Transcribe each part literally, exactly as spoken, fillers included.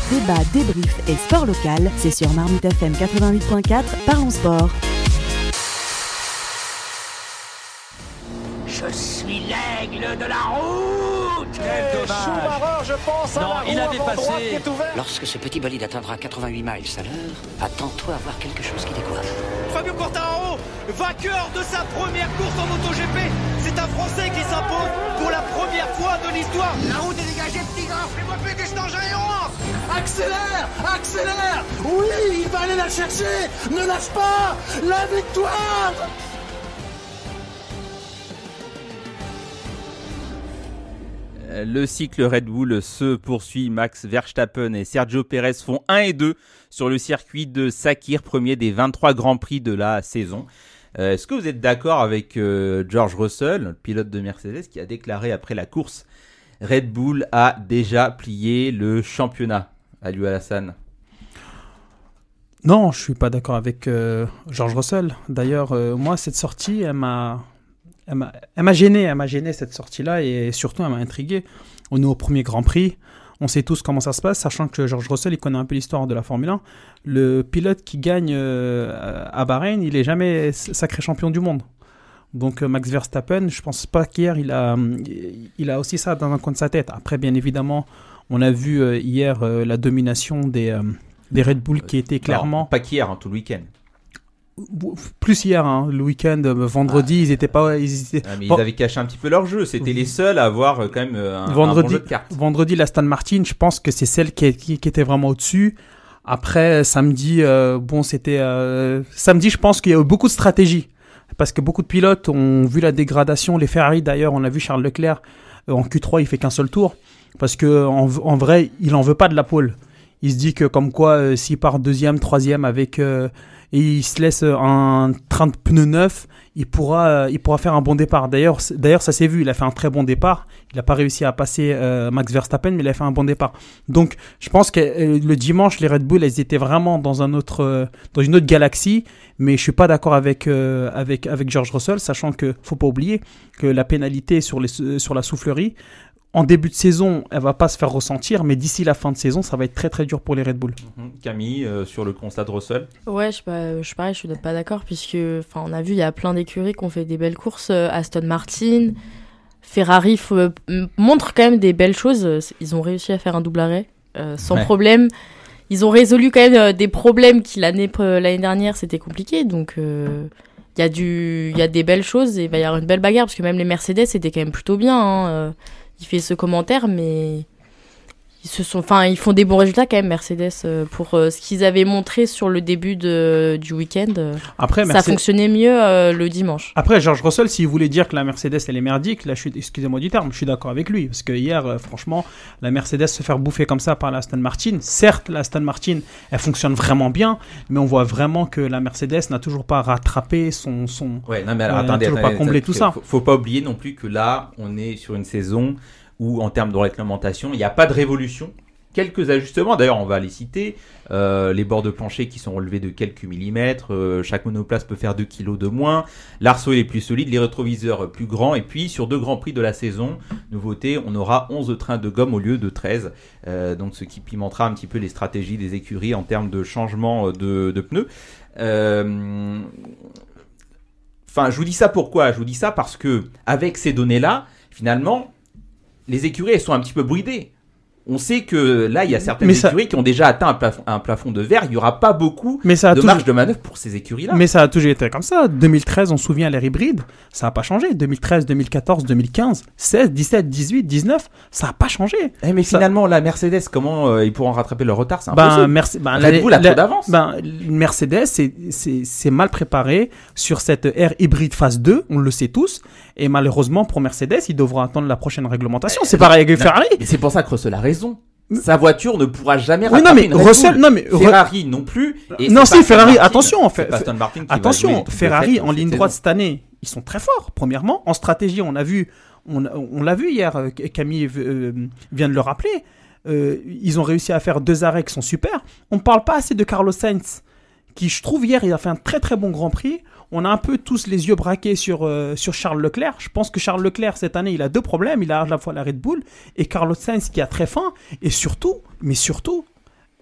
Débat, débrief et sport local, c'est sur Marmite F M quatre-vingt-huit point quatre, parlons sport. Je suis l'aigle de la route. Quel dommage. Schumacher, je pense, à non, la il roue avait avant passé. droite qui est ouverte. Lorsque ce petit bolide atteindra quatre-vingt-huit miles à l'heure, attends-toi à voir quelque chose qui décoiffe. Fabio Quartararo, vainqueur de sa première course en MotoGP. C'est un Français qui s'impose pour la première fois de l'histoire. La route est dégagée, petit gars. Fais-moi péter cet engin et on rentre. Accélère, accélère. Oui, il va aller la chercher. Ne lâche pas. La victoire. Le cycle Red Bull se poursuit. Max Verstappen et Sergio Pérez font un et deux sur le circuit de Sakhir, premier des vingt-trois Grands Prix de la saison. Euh, est-ce que vous êtes d'accord avec euh, George Russell, le pilote de Mercedes, qui a déclaré après la course Red Bull a déjà plié le championnat? Aliou Alassane. Non, je suis pas d'accord avec euh, George Russell. D'ailleurs, euh, moi, cette sortie, elle m'a... Elle m'a, elle m'a gêné, elle m'a gêné cette sortie-là et surtout elle m'a intrigué. On est au premier Grand Prix, on sait tous comment ça se passe, sachant que George Russell il connaît un peu l'histoire de la Formule un. Le pilote qui gagne euh, à Bahreïn, il est jamais sacré champion du monde. Donc euh, Max Verstappen, je pense pas qu'hier il a, il a aussi ça dans un coin de sa tête. Après, bien évidemment, on a vu euh, hier euh, la domination des, euh, des Red Bull qui était clairement. Alors, pas qu'hier, hein, tout le week-end. Plus hier, hein, le week-end, vendredi, ah, ils étaient pas. Ils, étaient... Ah, mais bon, ils avaient caché un petit peu leur jeu. C'était les seuls à avoir quand même un, vendredi, un bon jeu de cartes. Vendredi, l'Aston Martin, je pense que c'est celle qui, qui, qui était vraiment au-dessus. Après, samedi, euh, bon, c'était. Euh, samedi, je pense qu'il y a eu beaucoup de stratégie. Parce que beaucoup de pilotes ont vu la dégradation. Les Ferrari, d'ailleurs, on a vu Charles Leclerc euh, en Q trois, il fait qu'un seul tour. Parce qu'en en vrai, il n'en veut pas de la pole. Il se dit que, comme quoi, euh, s'il part deuxième, troisième avec. Euh, et il se laisse un train de pneus neuf, il pourra, il pourra faire un bon départ. D'ailleurs, d'ailleurs, ça s'est vu, il a fait un très bon départ. Il n'a pas réussi à passer euh, Max Verstappen, mais il a fait un bon départ. Donc, je pense que euh, le dimanche, les Red Bull, elles étaient vraiment dans, un autre, euh, dans une autre galaxie. Mais je ne suis pas d'accord avec, euh, avec, avec George Russell, sachant qu'il ne faut pas oublier que la pénalité sur, les, sur la soufflerie, en début de saison, elle ne va pas se faire ressentir, mais d'ici la fin de saison, ça va être très très dur pour les Red Bull. Mmh. Camille, euh, sur le constat de Russell? Ouais, je suis, pas, je suis pareil, je suis pas d'accord, puisque on a vu, il y a plein d'écuries qui ont fait des belles courses. Euh, Aston Martin, Ferrari faut, euh, montrent quand même des belles choses. Ils ont réussi à faire un double arrêt euh, sans ouais. problème. Ils ont résolu quand même euh, des problèmes qui l'année, euh, l'année dernière, c'était compliqué. Donc, il euh, y, y a des belles choses et il va y avoir une belle bagarre, parce que même les Mercedes, c'était quand même plutôt bien, hein, euh, il fait ce commentaire, mais ils, se sont, enfin, ils font des bons résultats quand même, Mercedes, euh, pour euh, ce qu'ils avaient montré sur le début de, du week-end. Après, ça Mercedes... fonctionnait mieux euh, le dimanche. Après, George Russell, s'il voulait dire que la Mercedes, elle est merdique, là, je suis, excusez-moi du terme, je suis d'accord avec lui. Parce que hier, euh, franchement, la Mercedes se faire bouffer comme ça par la Aston Martin. Certes, la Aston Martin, elle fonctionne vraiment bien, mais on voit vraiment que la Mercedes n'a toujours pas rattrapé son... son ouais, non, mais alors, euh, attendez, toujours attendez, pas comblé attendez, tout ça. Faut, faut pas oublier non plus que là, on est sur une saison où, en termes de réglementation, il n'y a pas de révolution. Quelques ajustements, d'ailleurs on va les citer, euh, les bords de plancher qui sont relevés de quelques millimètres, euh, chaque monoplace peut faire deux kilos de moins, l'arceau est plus solide, les rétroviseurs plus grands, et puis sur deux grands prix de la saison, nouveauté, on aura onze trains de gomme au lieu de treize, euh, donc ce qui pimentera un petit peu les stratégies des écuries en termes de changement de, de pneus. Euh, enfin, je vous dis ça pourquoi? Je vous dis ça parce que avec ces données-là, finalement, les écuries elles sont un petit peu bridées. On sait que là, il y a certaines mais écuries ça... qui ont déjà atteint un plafond, un plafond de verre. Il n'y aura pas beaucoup de toujours... marge de manœuvre pour ces écuries-là. Mais ça a toujours été comme ça. deux mille treize, on se souvient, l'ère hybride, ça n'a pas changé. deux mille treize, deux mille quatorze, deux mille quinze, seize, dix-sept, dix-huit, dix-neuf, ça n'a pas changé. Eh mais ça... finalement, la Mercedes, comment euh, ils pourront rattraper leur retard? C'est impossible. Ben, Merce... ben, Red Bull a trop d'avance. Ben, Mercedes, c'est, c'est, c'est mal préparé sur cette ère hybride phase deux, on le sait tous. Et malheureusement, pour Mercedes, ils devront attendre la prochaine réglementation. C'est pareil avec Ferrari. Mais c'est pour ça que Russell a raison. Sa voiture ne pourra jamais oui, rattraper non, mais une Russell, Red Bull. non, mais Ferrari non plus. Et non, si Ferrari, Martin, attention, fait, Aston Martin qui attention, va Ferrari fait, en ligne droite cette année, ils sont très forts. Premièrement, en stratégie, on a vu, on, on l'a vu hier, Camille euh, vient de le rappeler. Euh, ils ont réussi à faire deux arrêts qui sont super. On ne parle pas assez de Carlos Sainz, qui je trouve hier, il a fait un très très bon Grand Prix. On a un peu tous les yeux braqués sur, euh, sur Charles Leclerc. Je pense que Charles Leclerc, cette année, il a deux problèmes. Il a à la fois la Red Bull et Carlos Sainz qui a très faim. Et surtout, mais surtout,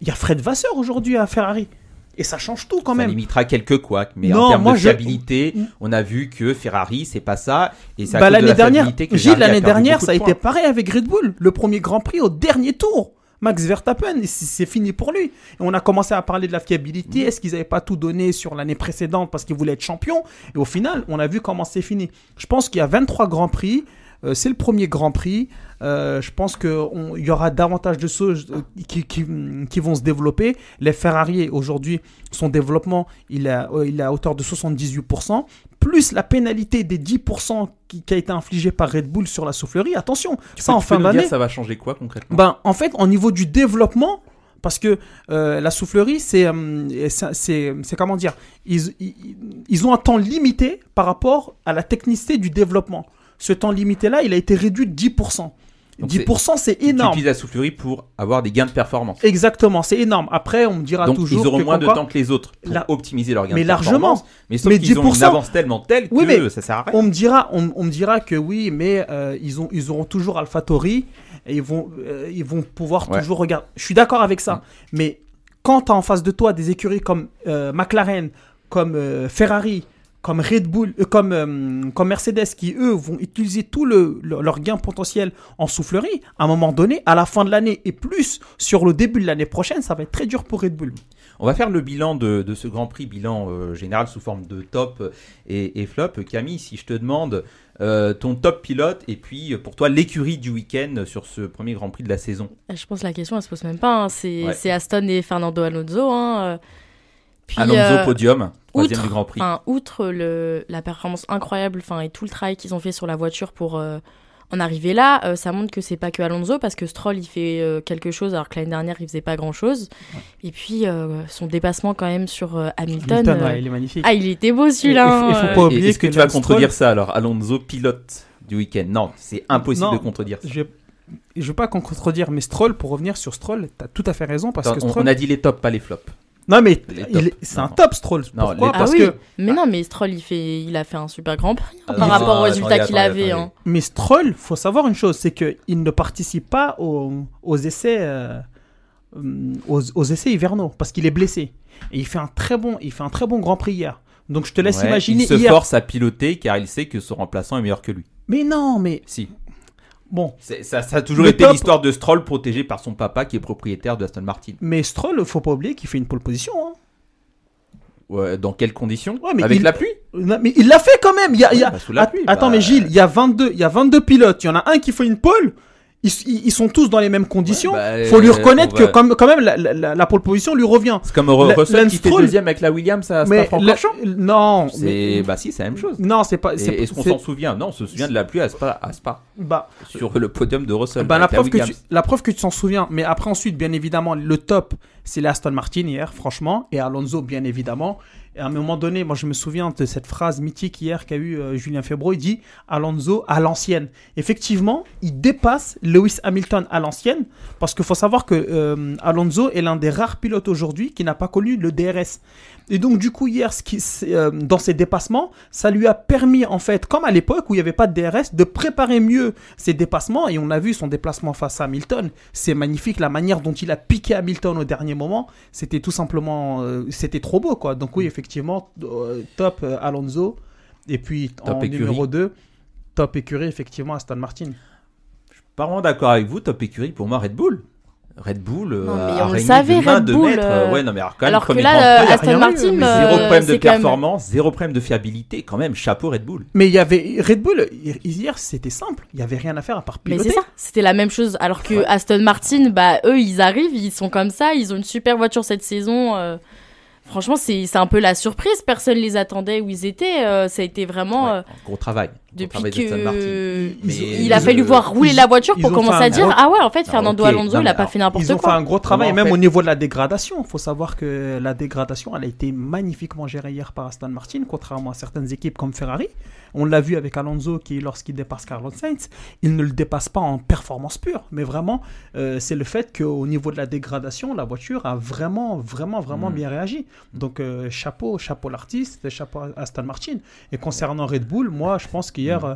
il y a Fred Vasseur aujourd'hui à Ferrari. Et ça change tout quand ça même. Ça limitera quelques couacs, mais non, en termes moi de je... fiabilité, on a vu que Ferrari, c'est pas ça. Et c'est à bah, cause l'année de la dernière, fiabilité que Gilles, l'année a perdu dernière, beaucoup ça a de été points. pareil avec Red Bull. Le premier Grand Prix au dernier tour. Max Verstappen, c'est fini pour lui. Et on a commencé à parler de la fiabilité. Mmh. Est-ce qu'ils n'avaient pas tout donné sur l'année précédente parce qu'ils voulaient être champions? Et au final, on a vu comment c'est fini. Je pense qu'il y a vingt-trois Grands Prix. Euh, c'est le premier Grand Prix. Euh, je pense qu'il y aura davantage de choses qui, qui, qui vont se développer. Les Ferrari, aujourd'hui, son développement, il est à, il est à hauteur de soixante-dix-huit pour cent. Plus la pénalité des dix pour cent qui, qui a été infligée par Red Bull sur la soufflerie. Attention, tu ça peux, en tu fin d'année. Ça va changer quoi concrètement? Ben, en fait, au niveau du développement, parce que euh, la soufflerie, c'est, euh, c'est, c'est, c'est comment dire, ils, ils, ils ont un temps limité par rapport à la technicité du développement. Ce temps limité-là, il a été réduit de dix pour cent. Donc dix pour cent, c'est, c'est énorme. Tu utilises la soufflerie pour avoir des gains de performance. Exactement, c'est énorme. Après, on me dira donc, toujours ils auront que moins de quoi, temps que les autres pour la... optimiser leurs gains mais de largement. performance. Mais sauf mais qu'ils dix pour cent... ont une avance tellement telle que oui, mais ça sert à rien. On me dira, on, on me dira que oui, mais euh, ils, ont, ils auront toujours AlphaTauri et ils vont, euh, ils vont pouvoir ouais. toujours regarder. Je suis d'accord avec ça. Mmh. Mais quand tu as en face de toi des écuries comme euh, McLaren, comme euh, Ferrari, comme Red Bull, euh, comme, euh, comme Mercedes, qui eux vont utiliser tout le, le, leur gain potentiel en soufflerie, à un moment donné, à la fin de l'année et plus sur le début de l'année prochaine, ça va être très dur pour Red Bull. On va faire le bilan de, de ce Grand Prix, bilan euh, général sous forme de top et, et flop. Camille, si je te demande euh, ton top pilote et puis pour toi l'écurie du week-end sur ce premier Grand Prix de la saison. Je pense que la question elle se pose même pas. Hein. C'est, ouais. c'est Aston et Fernando Alonso. Hein. Puis, Alonso euh, podium, troisième outre, du Grand Prix. Outre le, la performance incroyable et tout le travail qu'ils ont fait sur la voiture pour euh, en arriver là, euh, ça montre que c'est pas que Alonso parce que Stroll il fait euh, quelque chose alors que l'année dernière il faisait pas grand chose. Ouais. Et puis euh, son dépassement quand même sur euh, Hamilton. Hamilton euh, ouais, il est magnifique. Ah, il était beau celui-là. Il faut, il faut pas oublier Est-ce que, que tu vas Stroll... contredire ça alors, Alonso pilote du week-end? Non, c'est impossible non, de contredire ça. Je ne veux pas contredire, mais Stroll, pour revenir sur Stroll, tu as tout à fait raison parce Attends, que Stroll... on a dit les tops, pas les flops. Non mais il est, c'est non. un top Stroll. Non, Pourquoi ah Parce oui. que mais non mais Stroll il fait il a fait un super Grand Prix hein, euh, par non, rapport non, aux résultats attendez, qu'il attendez, avait. attendez. Hein. Mais Stroll, faut savoir une chose, c'est que il ne participe pas aux, aux essais euh, aux, aux essais hivernaux parce qu'il est blessé et il fait un très bon il fait un très bon Grand Prix hier. Donc je te laisse ouais, imaginer il se hier... force à piloter car il sait que son remplaçant est meilleur que lui. Mais non mais si. Bon, c'est, ça, ça a toujours le été top... l'histoire de Stroll protégé par son papa qui est propriétaire de Aston Martin. Mais Stroll, faut pas oublier qu'il fait une pole position. Hein. Ouais, dans quelles conditions? Ouais, mais Avec il... la pluie? Non, mais il l'a fait quand même. Il y a, ouais, il y a... bah, sous la pluie, Attends, bah... mais Gilles, il y a vingt-deux, il y a vingt-deux pilotes. Il y en a un qui fait une pole. Ils, ils sont tous dans les mêmes conditions. Il ouais, bah, faut lui reconnaître va... que quand, quand même la, la, la pole position lui revient. C'est comme la, Russell qui fait deuxième avec la Williams à Spa-Francorchamps. Non. C'est... Mais... Bah si, c'est la même chose. Non, c'est pas... C'est... Et, est-ce qu'on c'est... s'en souvient? Non, on se souvient de la pluie à Spa. À Spa bah... Sur le podium de Russell. Bah, la, preuve la, que tu... la preuve que tu t'en souviens. Mais après, ensuite, bien évidemment, le top, c'est l'Aston Martin hier, franchement. Et Alonso, bien évidemment. Et à un moment donné, moi je me souviens de cette phrase mythique hier qu'a eu euh, Julien Febvre. Il dit Alonso à l'ancienne. Effectivement, il dépasse Lewis Hamilton à l'ancienne parce qu'il faut savoir que euh, Alonso est l'un des rares pilotes aujourd'hui qui n'a pas connu le D R S. Et donc du coup hier, ce qui, euh, dans ses dépassements, ça lui a permis en fait, comme à l'époque où il n'y avait pas de D R S, de préparer mieux ses dépassements. Et on a vu son déplacement face à Hamilton. C'est magnifique la manière dont il a piqué Hamilton au dernier moment. C'était tout simplement, euh, c'était trop beau quoi. Donc oui, effectivement, euh, top euh, Alonso. Et puis top en écurie. Numéro deux, top écurie effectivement Aston Martin. Je suis pas vraiment d'accord avec vous. Top écurie pour moi Red Bull. Red Bull non, euh, mais a on régné le savait, de main Red de Bull, maître. euh... Ouais, non, mais alors, quand alors même, que là, euh, Aston Martin, eu, euh, zéro problème de performance, même... zéro problème de fiabilité, quand même. Chapeau Red Bull. Mais il y avait Red Bull hier, c'était simple. Il y avait rien à faire à part piloter. Mais c'est ça, c'était la même chose. Alors que ouais. Aston Martin, bah eux, ils arrivent, ils sont comme ça, ils ont une super voiture cette saison. Euh... Franchement, c'est, c'est un peu la surprise. Personne les attendait où ils étaient. Euh, ça a été vraiment. Ouais, Euh... gros travail. Depuis travail que Mais il a fallu voir rouler ils, la voiture pour commencer à dire gros... ah ouais en fait Fernando ah, okay. Alonso non, il a alors, pas fait n'importe quoi. Ils ont quoi. fait un gros travail Comment, même en fait... au niveau de la dégradation. Il faut savoir que la dégradation elle a été magnifiquement gérée hier par Aston Martin contrairement à certaines équipes comme Ferrari. On l'a vu avec Alonso qui lorsqu'il dépasse Carlos Sainz, il ne le dépasse pas en performance pure, mais vraiment euh, c'est le fait qu'au niveau de la dégradation, la voiture a vraiment vraiment vraiment mmh. bien réagi. Donc euh, chapeau chapeau l'artiste, chapeau Aston Martin. Et concernant Red Bull, moi je pense qu'hier mmh. euh,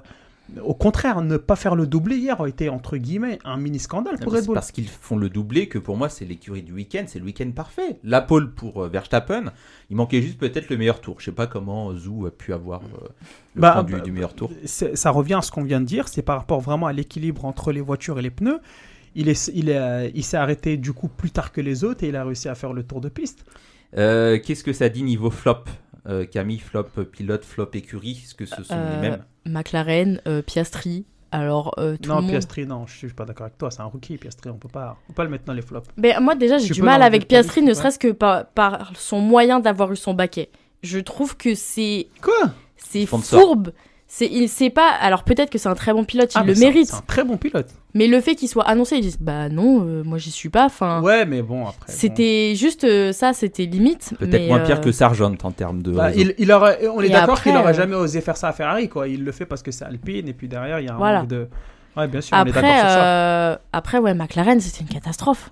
Au contraire, ne pas faire le doublé hier a été, entre guillemets, un mini-scandale pour Red C'est Bull. parce qu'ils font le doublé que pour moi, c'est l'écurie du week-end, c'est le week-end parfait. La pole pour euh, Verstappen, il manquait juste peut-être le meilleur tour. Je sais pas comment Zhou a pu avoir euh, le Bah, point du, bah, du meilleur tour. c'est- Ça revient à ce qu'on vient de dire, c'est par rapport vraiment à l'équilibre entre les voitures et les pneus. Il, est, il, est, euh, il s'est arrêté du coup plus tard que les autres et il a réussi à faire le tour de piste. Euh, Qu'est-ce que ça dit niveau flop euh, Camille, flop pilote, flop écurie, est-ce que ce sont Euh, les mêmes? McLaren, euh, Piastri. Alors, euh, tout non, le monde... Piastri, non, je suis pas d'accord avec toi, c'est un rookie, Piastri, on peut pas, on peut pas le mettre dans les flops. Ben, moi, déjà, j'ai Tu du peux mal l'enlever avec de ta Piastri, liste, ne ouais. serait-ce que par, par son moyen d'avoir eu son baquet. Je trouve que c'est Quoi? c'est Sponsor. fourbe. C'est, il sait pas. Alors, peut-être que c'est un très bon pilote, il Ah, mais le c'est un- mérite. C'est un très bon pilote. Mais le fait qu'il soit annoncé, ils disent bah non, euh, moi j'y suis pas. Enfin, Ouais, mais bon, après. bon. c'était juste euh, ça, c'était limite. Peut-être mais, moins pire euh, que Sargent en termes de Bah, réseau. il, il aurait, on est Et d'accord après, qu'il aurait euh, jamais osé faire ça à Ferrari, quoi. Il le fait parce que c'est Alpine, et puis derrière, il y a un Voilà. manque de. Ouais, bien sûr, on est d'accord Après, sur ça. euh, après, ouais, McLaren, c'était une catastrophe.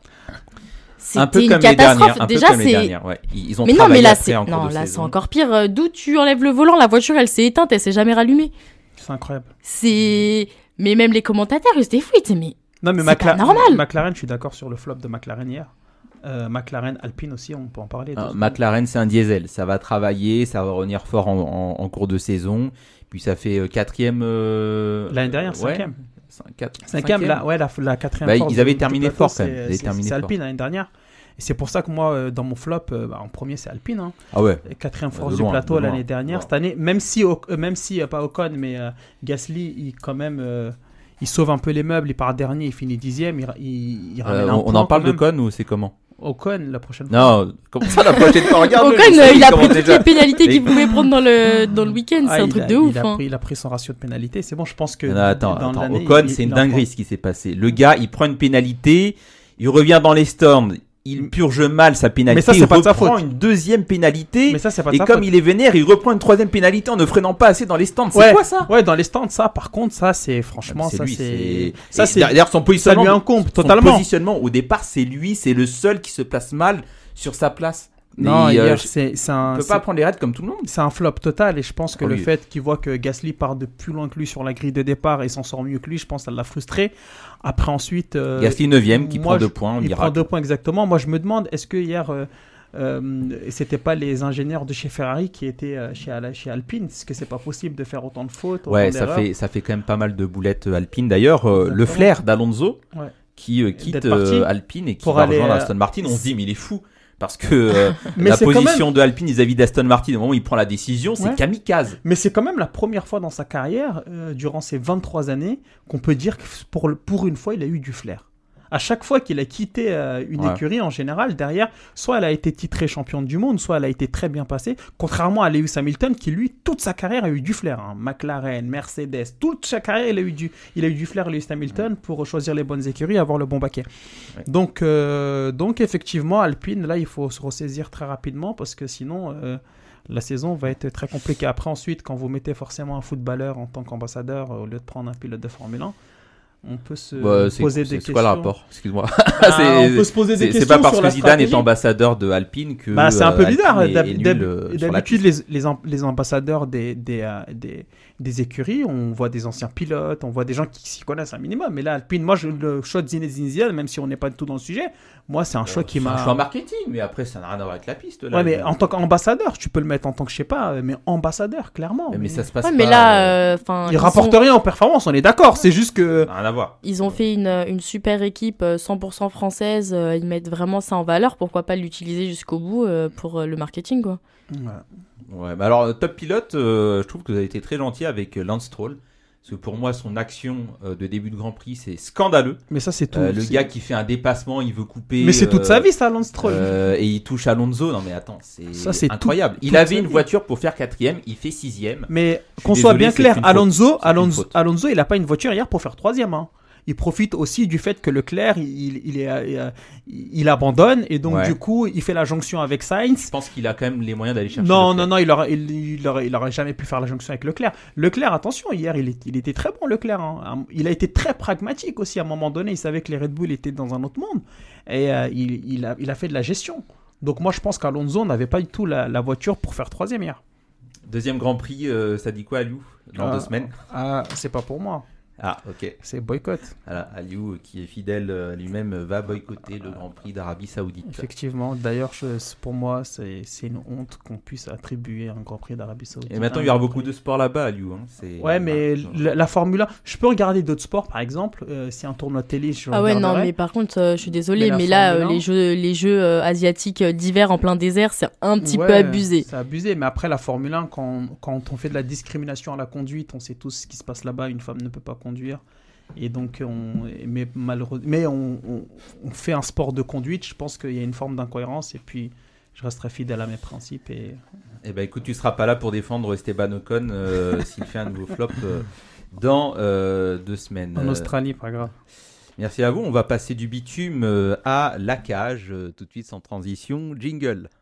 Un peu C'était comme une les catastrophe. dernières. Un peu Déjà, comme les c'est. dernières, ouais. Ils ils ont Mais non, travaillé mais là, après c'est en cours non, de là, c'est saison. encore pire. Euh, D'où tu enlèves le volant, la voiture, elle s'est éteinte, elle s'est jamais rallumée. C'est incroyable. C'est. Mais même les commentateurs, ils étaient fou, ils disaient, mais Non, mais C'est Macla- pas normal. McLaren, je suis d'accord sur le flop de McLaren hier. Euh, McLaren, Alpine aussi, on peut en parler. Ah, deux McLaren, c'est un diesel. Ça va travailler, ça va revenir fort en, en- en cours de saison. Puis ça fait euh, quatrième. euh, secondes. L'année dernière, ouais, cinquième. cin- quatre- Cinquième, là, ouais, la, la quatrième Bah, force ils avaient du- terminé du plateau, fort, quand même. c'est- Ils avaient c'est- terminé C'est fort. Alpine l'année dernière. Et c'est pour ça que moi, euh, dans mon flop, euh, bah, en premier, c'est Alpine. Hein. Ah ouais. Et Quatrième Ouais, force de du loin, plateau de loin, l'année de dernière. loin. Cette année, même si, Oc- euh, même si euh, pas Ocon, mais euh, Gasly, il, quand même, euh, il sauve un peu les meubles. Il part dernier, il finit dixième. Il, il, il ramène Euh, un on, on point en parle quand de même. Con ou c'est comment? Ocon, la prochaine fois. Non, comment ça la prochaine fois? Regarde. Ocon, euh, il a pris toutes les pénalités qu'il pouvait prendre dans le, dans le week-end, Ah, c'est un il truc a- de ouf. Il a, hein. pris, il a pris son ratio de pénalité. C'est bon, je pense que. Non, attends, dans attends. l'année, Ocon, il- c'est il une en dinguerie prend. ce qui s'est passé. Le gars, il prend une pénalité, il revient dans les stands, il purge mal sa pénalité, Mais ça, c'est il pas de sa reprend faute. une deuxième pénalité. Mais ça, c'est pas de Et sa comme faute. il est vénère, il reprend une troisième pénalité en ne freinant pas assez dans les stands. C'est Ouais, quoi ça? Ouais, dans les stands, ça, par contre, ça, c'est franchement, C'est ça, lui, c'est. Ça, Ça, c'est. c'est. D'ailleurs, son Ça positionnement. lui incombe Son totalement. positionnement, au départ, c'est lui, c'est le seul qui se place mal sur sa place. Non, Mais, euh, hier, je- c'est c'est on un. peut c'est- pas prendre les raids comme tout le monde. C'est un flop total et je pense que Ah le oui. fait qu'il voit que Gasly part de plus loin que lui sur la grille de départ et s'en sort mieux que lui, je pense que ça l'a frustré. Après ensuite, euh, Gasly neuvième qui moi, prend deux je- points, il miracle. prend deux points exactement. Moi je me demande, est-ce que hier euh, euh, c'était pas les ingénieurs de chez Ferrari qui étaient euh, chez, Al- chez Alpine? Est-ce que c'est pas possible de faire autant de fautes, autant Ouais, ça d'erreurs fait, ça fait quand même pas mal de boulettes euh, Alpine. D'ailleurs, euh, le Exactement. flair d'Alonso Ouais. qui euh, quitte D'être parti euh, Alpine et qui pour va aller, rejoindre euh, Aston Martin, on se dit, mais il est fou. Parce que euh, Mais la c'est quand position de Alpine vis-à-vis d'Aston Martin, au moment où il prend la décision, c'est Ouais. kamikaze. Mais c'est quand même la première fois dans sa carrière, euh, durant ces vingt-trois années, qu'on peut dire que pour, le- pour une fois, il a eu du flair. À chaque fois qu'il a quitté euh, une Ouais. écurie, en général, derrière, soit elle a été titrée championne du monde, soit elle a été très bien passée. Contrairement à Lewis Hamilton, qui lui, toute sa carrière a eu du flair. hein. McLaren, Mercedes, toute sa carrière, il a eu du, il a eu du flair, Lewis Hamilton, pour choisir les bonnes écuries et avoir le bon baquet. Ouais. Donc, euh, donc, effectivement, Alpine, là, il faut se ressaisir très rapidement parce que sinon. euh, la saison va être très compliquée. Après, ensuite, quand vous mettez forcément un footballeur en tant qu'ambassadeur, euh, au lieu de prendre un pilote de Formule un, on peut se Bah, c'est- poser c'est- des c'est questions. quoi le rapport? Excuse-moi. Bah, C'est- on peut se poser des C'est questions c'est pas parce sur que la Zidane est stratégie. ambassadeur de Alpine que. Bah, c'est un peu euh, bizarre. Alpine est- D'hab- est nul, d'hab- euh, sur la D'habitude, piste. les, les, am- les ambassadeurs des, des, euh, des, des écuries, on voit des anciens pilotes, on voit des gens qui s'y connaissent un minimum. Mais là, Alpine, moi, je, le choix de Zinedine Zidane, même si on n'est pas du tout dans le sujet, moi, c'est un choix qui C'est un m'a. choix marketing, mais après, ça n'a rien à voir avec la piste. Là. Ouais, mais en tant qu'ambassadeur, tu peux le mettre en tant que, je sais pas, mais ambassadeur, clairement. Mais, mais ça se passe Ouais, pas. mais euh, là, euh, enfin, Il ils rapporte ont- rien en performance, on est d'accord. C'est juste que. ça n'a rien à voir. Ils ont fait une, une super équipe euh, cent pour cent française, euh, ils mettent vraiment ça en valeur, pourquoi pas l'utiliser jusqu'au bout euh, pour euh, le marketing quoi. Ouais. Ouais, bah alors, euh, top pilote, euh, je trouve que vous avez été très gentil avec euh, Lance Stroll. Parce que pour moi, son action euh, de début de Grand Prix, c'est scandaleux. Mais ça, c'est tout. Euh, le c'est- gars qui fait un dépassement, il veut couper. Mais c'est toute euh, sa vie, ça, Lance Stroll. euh, et il touche Alonso. Non, mais attends, c'est Ça, c'est incroyable. tout- il toute avait sa une vie. voiture pour faire quatrième, il fait sixième. Mais Je suis qu'on soit désolé, bien c'est clair, une faute. Alonso, C'est une Alonso, faute. Alonso, il n'a pas une voiture hier pour faire troisième. Hein. Il profite aussi du fait que Leclerc, il, il, est, euh, il abandonne et donc Ouais. du coup, il fait la jonction avec Sainz. Je pense qu'il a quand même les moyens d'aller chercher. Non, Leclerc. non, non, il aurait, il, il aurait, il aurait jamais pu faire la jonction avec Leclerc. Leclerc, attention, hier, il, est- il était très bon, Leclerc. hein. Il a été très pragmatique aussi. À un moment donné, il savait que les Red Bull étaient dans un autre monde et euh, il, il, a, il a fait de la gestion. Donc moi, je pense qu'Alonso n'avait pas du tout la, la voiture pour faire troisième hier. Deuxième Grand Prix, euh, ça dit quoi, Aliou, dans Ah, deux semaines? Ah, c'est pas pour moi. Ah, ok. C'est boycott. Voilà, Aliou, qui est fidèle à lui-même, va boycotter le Grand Prix d'Arabie Saoudite. Effectivement. D'ailleurs, je- pour moi, c'est c'est une honte qu'on puisse attribuer un Grand Prix d'Arabie Saoudite. Et maintenant, Un il y aura Grand beaucoup Prix. de sports là-bas, Aliou. Hein. C'est... Ouais, mais voilà. la, la Formule un, je peux regarder d'autres sports, par exemple. Euh, si un tournoi de télé, je Ah ouais, non, regarderai. mais par contre, euh, je suis désolée, Mais mais, la là, Formule euh, un- les jeux, les jeux euh, asiatiques euh, d'hiver en plein désert, c'est un petit Ouais, peu abusé. C'est abusé, mais après la Formule un, quand, quand on fait de la discrimination à la conduite, on sait tous ce qui se passe là-bas, une femme ne peut pas conduire. Et donc, on, mais malheureusement, mais on, on, on fait un sport de conduite, je pense qu'il y a une forme d'incohérence, et puis je resterai fidèle à mes principes. Et... Eh ben, écoute, tu seras pas là pour défendre Esteban Ocon euh, s'il fait un nouveau flop euh, dans euh, deux semaines. En Euh, Australie, pas grave. Merci à vous. On va passer du bitume euh, à la cage, euh, tout de suite sans transition. Jingle.